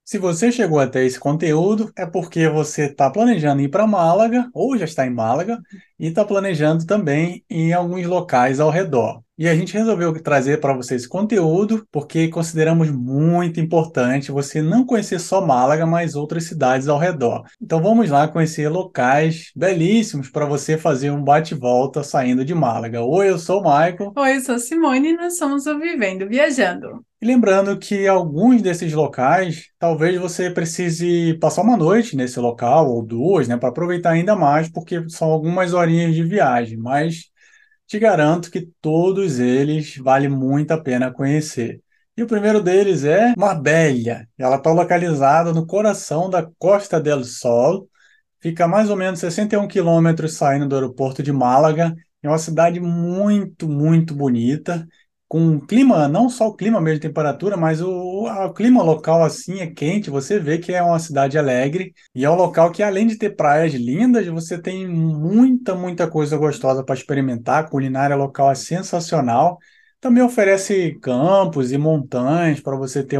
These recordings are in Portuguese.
Se você chegou até esse conteúdo, é porque você está planejando ir para Málaga, ou já está em Málaga, e está planejando também em alguns locais ao redor. E a gente resolveu trazer para você esse conteúdo porque consideramos muito importante você não conhecer só Málaga, mas outras cidades ao redor. Então vamos lá conhecer locais belíssimos para você fazer um bate-volta saindo de Málaga. Oi, eu sou o Michael. Oi, eu sou a Simone e nós somos o Vivendo Viajando. E lembrando que alguns desses locais, talvez você precise passar uma noite nesse local, ou duas, né, para aproveitar ainda mais, porque são algumas horinhas de viagem, mas te garanto que todos eles vale muito a pena conhecer. E o primeiro deles é Marbella. Ela está localizada no coração da Costa del Sol, fica a mais ou menos 61 quilômetros saindo do aeroporto de Málaga. É uma cidade muito, muito bonita, com um clima, não só o clima mesmo, temperatura, mas o clima local assim é quente. Você vê que é uma cidade alegre e é um local que, além de ter praias lindas, você tem muita, muita coisa gostosa para experimentar. A culinária local é sensacional. Também oferece campos e montanhas para você ter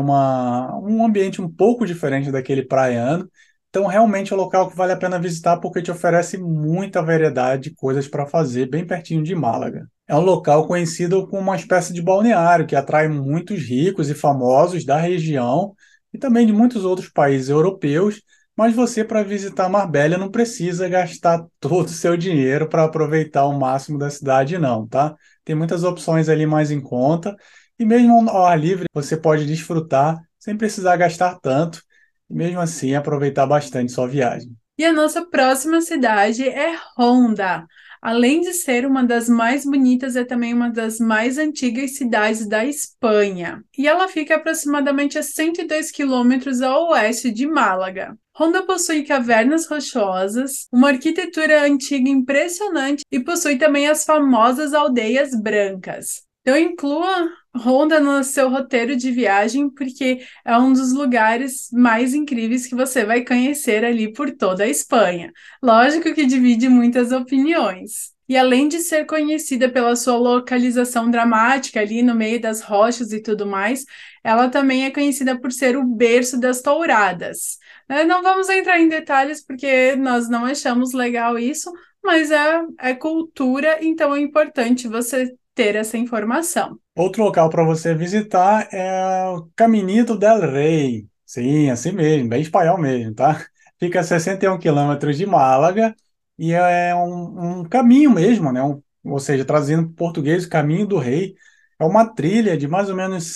um ambiente um pouco diferente daquele praiano. Então, realmente é um local que vale a pena visitar porque te oferece muita variedade de coisas para fazer bem pertinho de Málaga. É um local conhecido como uma espécie de balneário que atrai muitos ricos e famosos da região e também de muitos outros países europeus, mas você, para visitar Marbella, não precisa gastar todo o seu dinheiro para aproveitar o máximo da cidade, não, tá? Tem muitas opções ali mais em conta e mesmo ao ar livre você pode desfrutar sem precisar gastar tanto e mesmo assim aproveitar bastante sua viagem. E a nossa próxima cidade é Honda. Além de ser uma das mais bonitas, é também uma das mais antigas cidades da Espanha. E ela fica aproximadamente a 102 quilômetros ao oeste de Málaga. Honda possui cavernas rochosas, uma arquitetura antiga impressionante e possui também as famosas aldeias brancas. Então, inclua Honda no seu roteiro de viagem, porque é um dos lugares mais incríveis que você vai conhecer ali por toda a Espanha. Lógico que divide muitas opiniões. E além de ser conhecida pela sua localização dramática ali no meio das rochas e tudo mais, ela também é conhecida por ser o berço das touradas. Não vamos entrar em detalhes porque nós não achamos legal isso, mas é cultura, então é importante você ter essa informação. Outro local para você visitar é o Caminito del Rei. Sim, assim mesmo, bem espanhol mesmo, tá? Fica a 61 quilômetros de Málaga e é um caminho mesmo, né? Ou seja, traduzindo para o português, o Caminho do Rei. É uma trilha de mais ou menos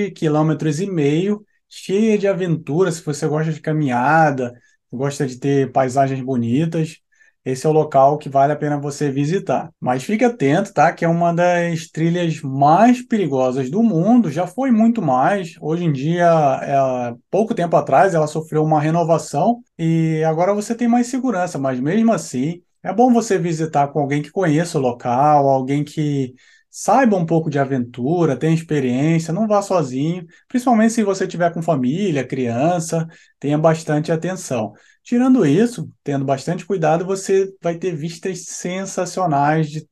7,5 km, cheia de aventuras. Se você gosta de caminhada, gosta de ter paisagens bonitas, esse é o local que vale a pena você visitar. Mas fique atento, tá? Que é uma das trilhas mais perigosas do mundo. Já foi muito mais. Hoje em dia, pouco tempo atrás, ela sofreu uma renovação e agora você tem mais segurança. Mas mesmo assim, é bom você visitar com alguém que conheça o local, alguém que saiba um pouco de aventura, tenha experiência. Não vá sozinho, principalmente se você tiver com família, criança, tenha bastante atenção. Tirando isso, tendo bastante cuidado, você vai ter vistas sensacionais de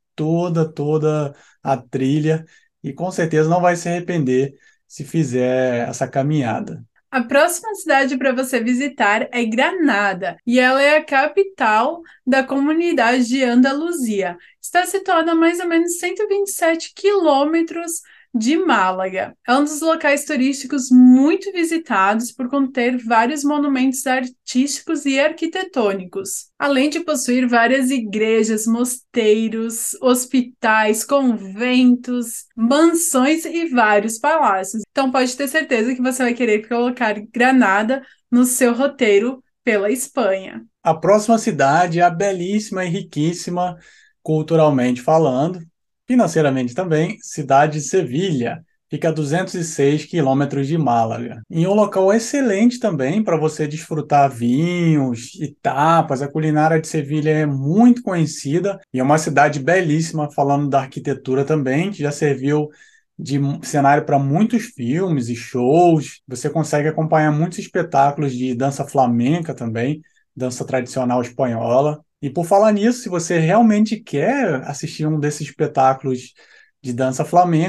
toda a trilha e com certeza não vai se arrepender se fizer essa caminhada. A próxima cidade para você visitar é Granada, e ela é a capital da comunidade de Andaluzia. Está situada a mais ou menos 127 quilômetros de Málaga. É um dos locais turísticos muito visitados por conter vários monumentos artísticos e arquitetônicos, além de possuir várias igrejas, mosteiros, hospitais, conventos, mansões e vários palácios. Então pode ter certeza que você vai querer colocar Granada no seu roteiro pela Espanha. A próxima cidade é a belíssima e riquíssima, culturalmente falando, financeiramente também, cidade de Sevilha. Fica a 206 quilômetros de Málaga. Em um local excelente também para você desfrutar vinhos e tapas. A culinária de Sevilha é muito conhecida e é uma cidade belíssima, falando da arquitetura também, que já serviu de cenário para muitos filmes e shows. Você consegue acompanhar muitos espetáculos de dança flamenca também, dança tradicional espanhola. E por falar nisso, se você realmente quer assistir um desses espetáculos de dança flamenca,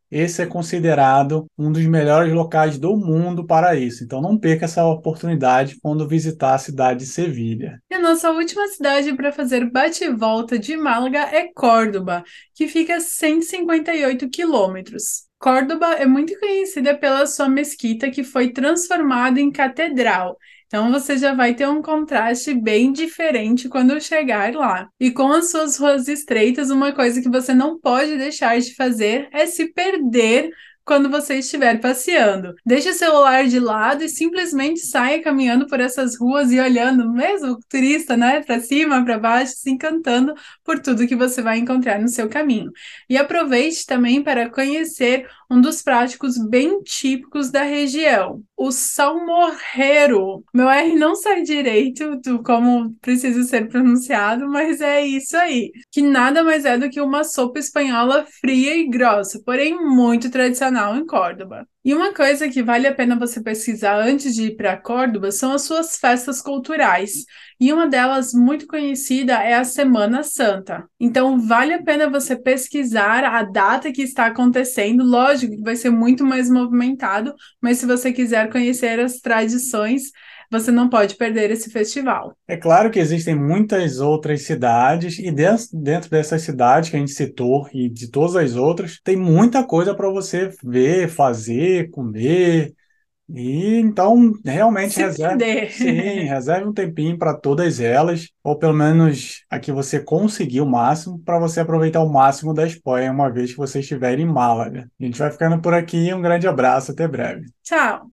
esse é considerado um dos melhores locais do mundo para isso. Então não perca essa oportunidade quando visitar a cidade de Sevilha. E a nossa última cidade para fazer bate-volta de Málaga é Córdoba, que fica a 158 quilômetros. Córdoba é muito conhecida pela sua mesquita, que foi transformada em catedral. Então você já vai ter um contraste bem diferente quando chegar lá. E com as suas ruas estreitas, uma coisa que você não pode deixar de fazer é se perder quando você estiver passeando. Deixe o celular de lado e simplesmente saia caminhando por essas ruas e olhando, mesmo turista, né, para cima, para baixo, se encantando por tudo que você vai encontrar no seu caminho. E aproveite também para conhecer um dos práticos bem típicos da região, o salmorejo. Meu R não sai direito do como precisa ser pronunciado, mas é isso aí, que nada mais é do que uma sopa espanhola fria e grossa, porém muito tradicional em Córdoba. E uma coisa que vale a pena você pesquisar antes de ir para Córdoba são as suas festas culturais. E uma delas muito conhecida é a Semana Santa. Então, vale a pena você pesquisar a data que está acontecendo. Lógico que vai ser muito mais movimentado, mas se você quiser conhecer as tradições, você não pode perder esse festival. É claro que existem muitas outras cidades, e dentro dessas cidades que a gente citou e de todas as outras, tem muita coisa para você ver, fazer, comer. E então, realmente Se reserve, perder. sim, reserve um tempinho para todas elas, ou pelo menos a que você conseguir o máximo, para você aproveitar o máximo da Espanha uma vez que você estiver em Málaga. A gente vai ficando por aqui, um grande abraço, até breve. Tchau!